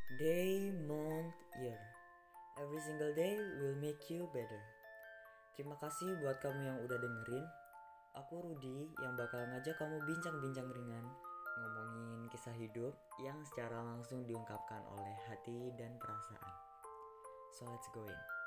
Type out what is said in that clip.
Day, month, year. Every single day will make you better. Terima kasih buat kamu yang udah dengerin. Aku Rudy yang bakal ngajak kamu bincang-bincang ringan, ngomongin kisah hidup yang secara langsung diungkapkan oleh hati dan perasaan. So let's go in.